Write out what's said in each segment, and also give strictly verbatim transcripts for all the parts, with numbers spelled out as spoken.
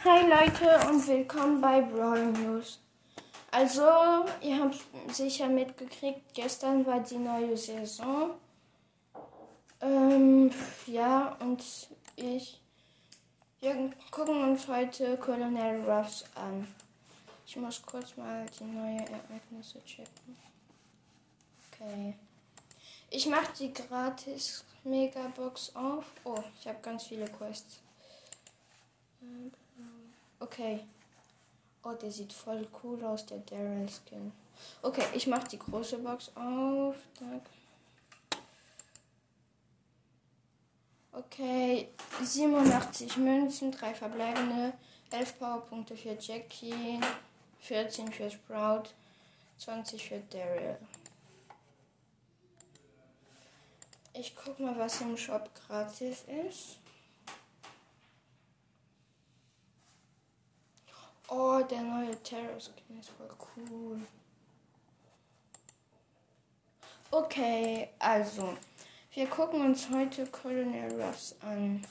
Hi Leute und willkommen bei Brawl News. Also, ihr habt sicher mitgekriegt, gestern war die neue Saison. Ähm, ja, und ich, wir gucken uns heute Colonel Ruffs an. Ich muss kurz mal die neuen Ereignisse checken. Okay. Ich mache die gratis Megabox auf. Oh, ich habe ganz viele Quests. Okay. Oh, der sieht voll cool aus, der Daryl Skin. Okay, ich mache die große Box auf. Danke. Okay, siebenundachtzig Münzen, drei verbleibende, elf Powerpunkte für Jackie, vierzehn für Sprout, zwanzig für Daryl. Ich guck mal, was im Shop gratis ist. Oh, der neue Terror-Skin ist voll cool. Okay, also, wir gucken uns heute Colonel Ruffs an.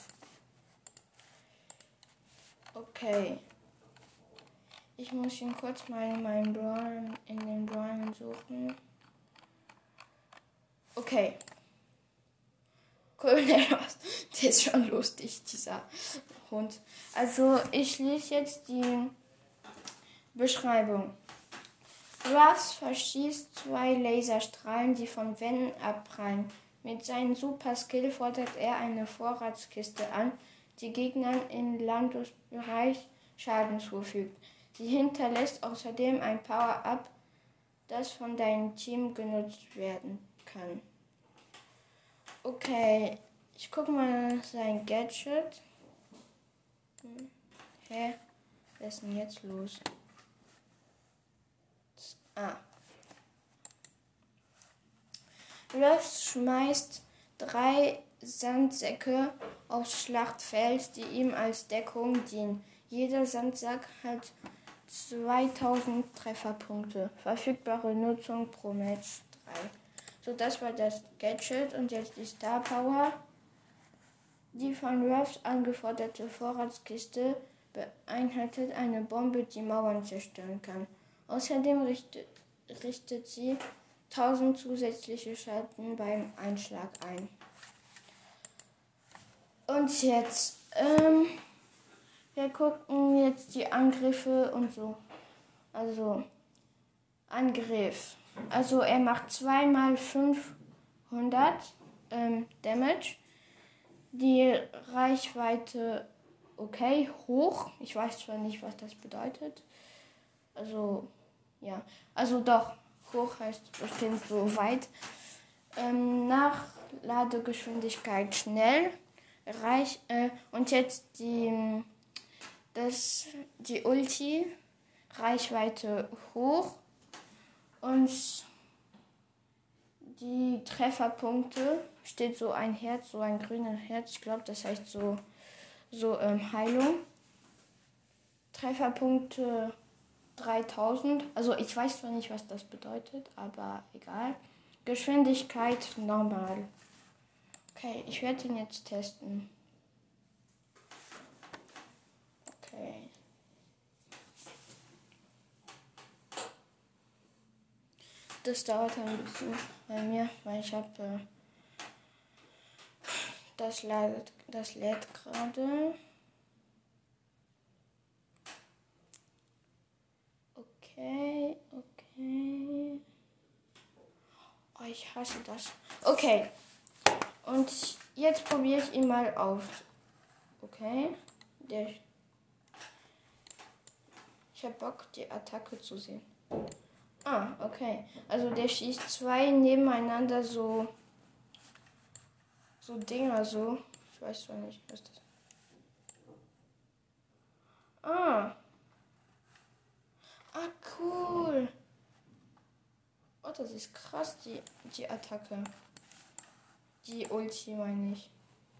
Okay. Ich muss ihn kurz mal in meinen Brawl, in den Brawlen suchen. Okay. Colonel Ruffs, der ist schon lustig, dieser Hund. Also, ich lese jetzt die Beschreibung. Ruffs verschießt zwei Laserstrahlen, die von Wänden abprallen. Mit seinem Super-Skill fordert er eine Vorratskiste an, die Gegnern im Landungsbereich Schaden zufügt. Sie hinterlässt außerdem ein Power-Up, das von deinem Team genutzt werden kann. Okay, ich gucke mal nach sein Gadget. Hm. Hä? Was ist denn jetzt los? Ah. Ruffs schmeißt drei Sandsäcke aufs Schlachtfeld, die ihm als Deckung dienen. Jeder Sandsack hat zweitausend Trefferpunkte. Verfügbare Nutzung pro Match drei. So, das war das Gadget und jetzt die Star Power. Die von Ruffs angeforderte Vorratskiste beinhaltet eine Bombe, die Mauern zerstören kann. Außerdem richtet, richtet sie tausend zusätzliche Schaden beim Einschlag ein. Und jetzt, ähm, wir gucken jetzt die Angriffe und so. Also, Angriff. Also, er macht zweimal fünfhundert ähm, Damage. Die Reichweite, okay, hoch. Ich weiß zwar nicht, was das bedeutet. Also, ja. Also doch, hoch heißt bestimmt so weit. Ähm, Nachladegeschwindigkeit schnell. Reich, äh, und jetzt die, das, die Ulti. Reichweite hoch. Und die Trefferpunkte steht so ein Herz, so ein grünes Herz. Ich glaube, das heißt so, so ähm, Heilung. Trefferpunkte dreitausend. Also ich weiß zwar nicht, was das bedeutet, aber egal. Geschwindigkeit normal. Okay, ich werde ihn jetzt testen. Okay. Das dauert ein bisschen bei mir, weil ich habe äh, das lädt, das lädt gerade. Okay, okay. Oh, ich hasse das. Okay. Und jetzt probiere ich ihn mal auf. Okay. Der ich habe Bock, die Attacke zu sehen. Ah, okay. Also der schießt zwei nebeneinander so so Dinger so. Ich weiß zwar nicht, was das ist. Ah. Ah, cool. Oh, das ist krass, die, die Attacke. Die Ulti, meine ich.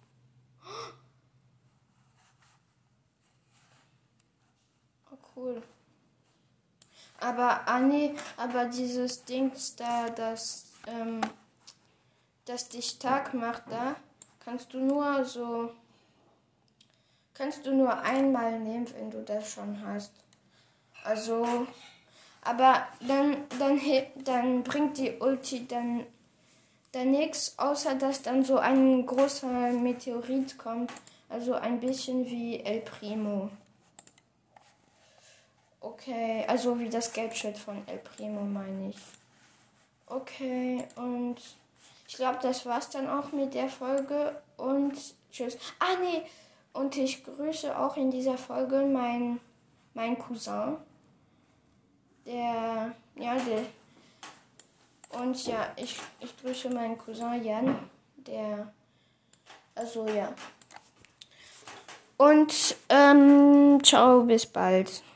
Oh, cool. Aber, ah nee, aber dieses Ding da, das, ähm, das dich stark macht da, kannst du nur so, kannst du nur einmal nehmen, wenn du das schon hast. Also, aber dann, dann, dann bringt die Ulti dann, dann nichts, außer dass dann so ein großer Meteorit kommt. Also ein bisschen wie El Primo. Okay, also wie das Gadget von El Primo, meine ich. Okay, und ich glaube, das war's dann auch mit der Folge. Und tschüss. Ah, nee. Und ich grüße auch in dieser Folge meinen mein Cousin. Der, ja, der. Und ja, ich, ich grüße meinen Cousin Jan. Der, also ja. Und, ähm, ciao, bis bald.